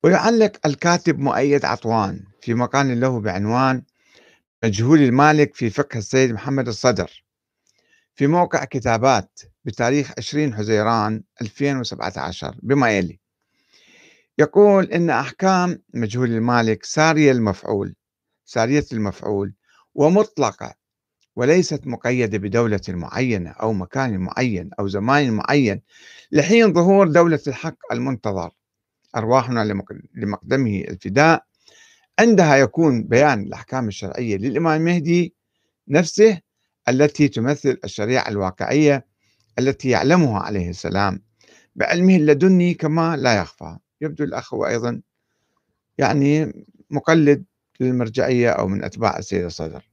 ويعلق الكاتب مؤيد عطوان في مقال له بعنوان مجهول المالك في فقه السيد محمد الصدر في موقع كتابات بتاريخ 20 حزيران 2017 بما يلي: يقول إن أحكام مجهول المالك سارية المفعول ومطلقة، وليست مقيدة بدولة معينة أو مكان معين أو زمان معين لحين ظهور دولة الحق المنتظر أرواحنا لمقدمه الفداء. عندها يكون بيان الأحكام الشرعية للإمام المهدي نفسه التي تمثل الشريعة الواقعية التي يعلمها عليه السلام بعلمه اللدني كما لا يخفى. يبدو الأخ هو أيضا يعني مقلد للمرجعية أو من أتباع السيد الصدر.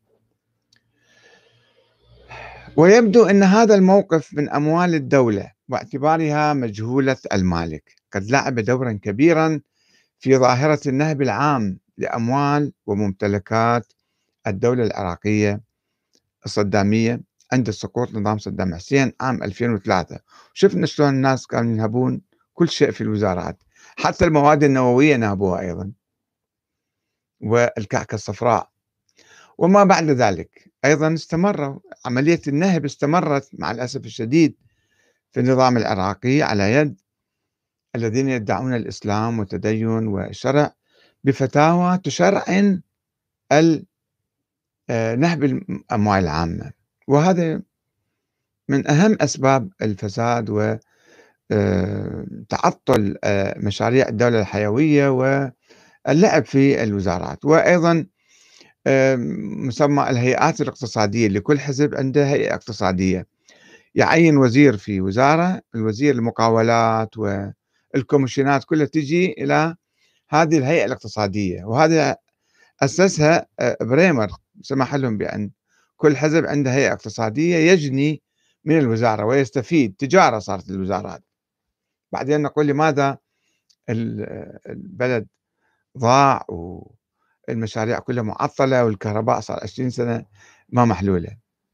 ويبدو أن هذا الموقف من أموال الدولة واعتبارها مجهولة المالك قد لعب دورا كبيرا في ظاهرة النهب العام لأموال وممتلكات الدولة العراقية الصدامية عند سقوط نظام صدام حسين عام 2003. شفنا شلون الناس كانوا ينهبون كل شيء في الوزارات، حتى المواد النووية نهبوها أيضا، والكعكة الصفراء. وما بعد ذلك أيضا عملية النهب استمرت مع الأسف الشديد في النظام العراقي على يد الذين يدعون الإسلام والتدين والشرع بفتاوى تشرعن نهب الأموال العامة. وهذا من أهم أسباب الفساد وتعطل مشاريع الدولة الحيوية واللعب في الوزارات. وأيضا مسمى الهيئات الاقتصادية، لكل حزب عنده هيئة اقتصادية يعين وزير في وزارة، الوزير المقاولات والكوميشنات كلها تجي إلى هذه الهيئة الاقتصادية، وهذا أسسها بريمر، سمح لهم بأن كل حزب عنده هيئة اقتصادية يجني من الوزارة ويستفيد. تجارة صارت الوزارات. بعدين نقول لماذا البلد ضاع والمشاريع كلها معطلة والكهرباء صار 20 سنة ما محلولة.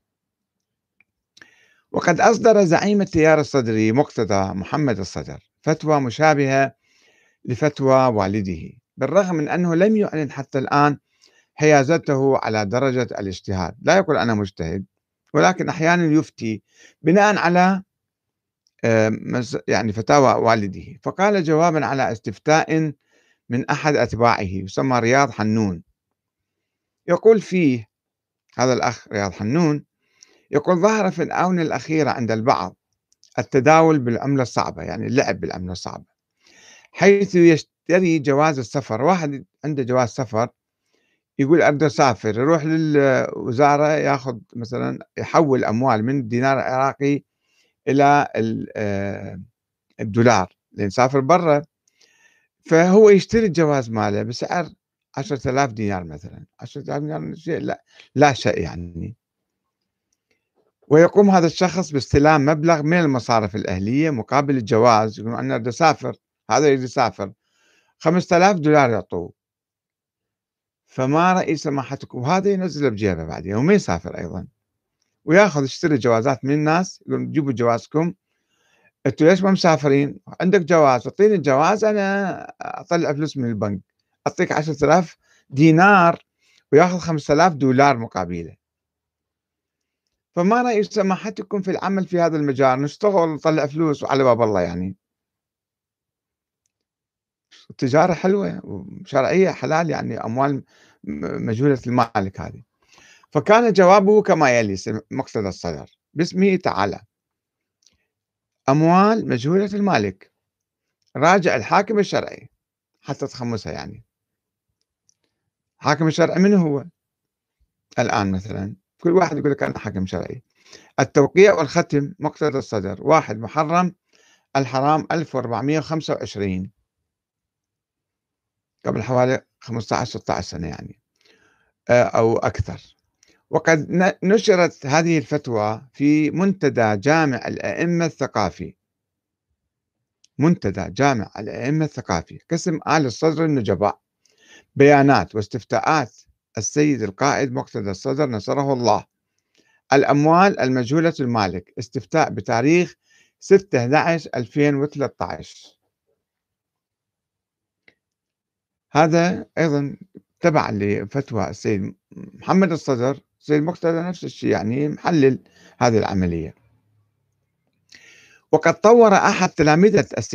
وقد أصدر زعيم التيار الصدري مقتدى محمد الصدر فتوى مشابهة لفتوى والده، بالرغم من أنه لم يعلن حتى الآن حيازته على درجة الاجتهاد. لا يقول أنا مجتهد، ولكن أحيانا يفتي بناء على يعني فتاوى والده. فقال جوابا على استفتاء من أحد أتباعه يسمى رياض حنون، يقول فيه هذا الأخ رياض حنون، يقول: ظهر في الآونة الأخيرة عند البعض التداول بالعملة الصعبة، يعني اللعب بالعملة الصعبة، حيث يشتري جواز السفر. واحد عنده جواز سفر يقول أريد أسافر، يروح للوزارة ياخذ مثلا، يحول أموال من الدينار العراقي إلى الدولار لأن يسافر برا، فهو يشتري الجواز ماله بسعر 10,000 دينار مثلا. 10,000 دينار شيء لا شيء يعني. ويقوم هذا الشخص باستلام مبلغ من المصارف الأهلية مقابل الجواز. يقولون أنا أريد أسافر، هذا يريد يسافر، 5,000 دولار يعطوه. فما رأي سماحتكم؟ وهذا ينزله بجيبه بعدين وما يسافر أيضا، وياخذ يشتري جوازات من الناس. يقول جيبوا جوازكم، انتوا ليش ما مسافرين؟ عندك جواز، اعطيني الجواز انا اطلع فلوس من البنك، اعطيك 10,000 دينار وياخذ 5,000 دولار مقابله. فما رأي سماحتكم في العمل في هذا المجال؟ نشتغل نطلع فلوس وعلى باب الله يعني. التجارة حلوة وشرعية حلال، يعني أموال مجهولة المالك هذه. فكان جوابه كما يلي مقتدى الصدر باسمه تعالى: أموال مجهولة المالك، راجع الحاكم الشرعي حتى تخمسها. يعني حاكم الشرعي من هو الآن؟ مثلا كل واحد يقول لك أنا حاكم شرعي. التوقيع والختم مقتدى الصدر 1 محرم الحرام 1425، قبل حوالي 15 16 سنة يعني أو أكثر. وقد نشرت هذه الفتوى في منتدى جامع الأئمة الثقافي، منتدى جامع الأئمة الثقافي قسم آل الصدر النجباء، بيانات واستفتاءات السيد القائد مقتدى الصدر نصره الله. الأموال المجهولة المالك، استفتاء بتاريخ 6/11/2013. هذا أيضًا تبعًا لفتوى السيد محمد الصدر، السيد مقتدى نفس الشيء يعني محلل هذه العملية. وقد طوّر أحد تلامذة السيد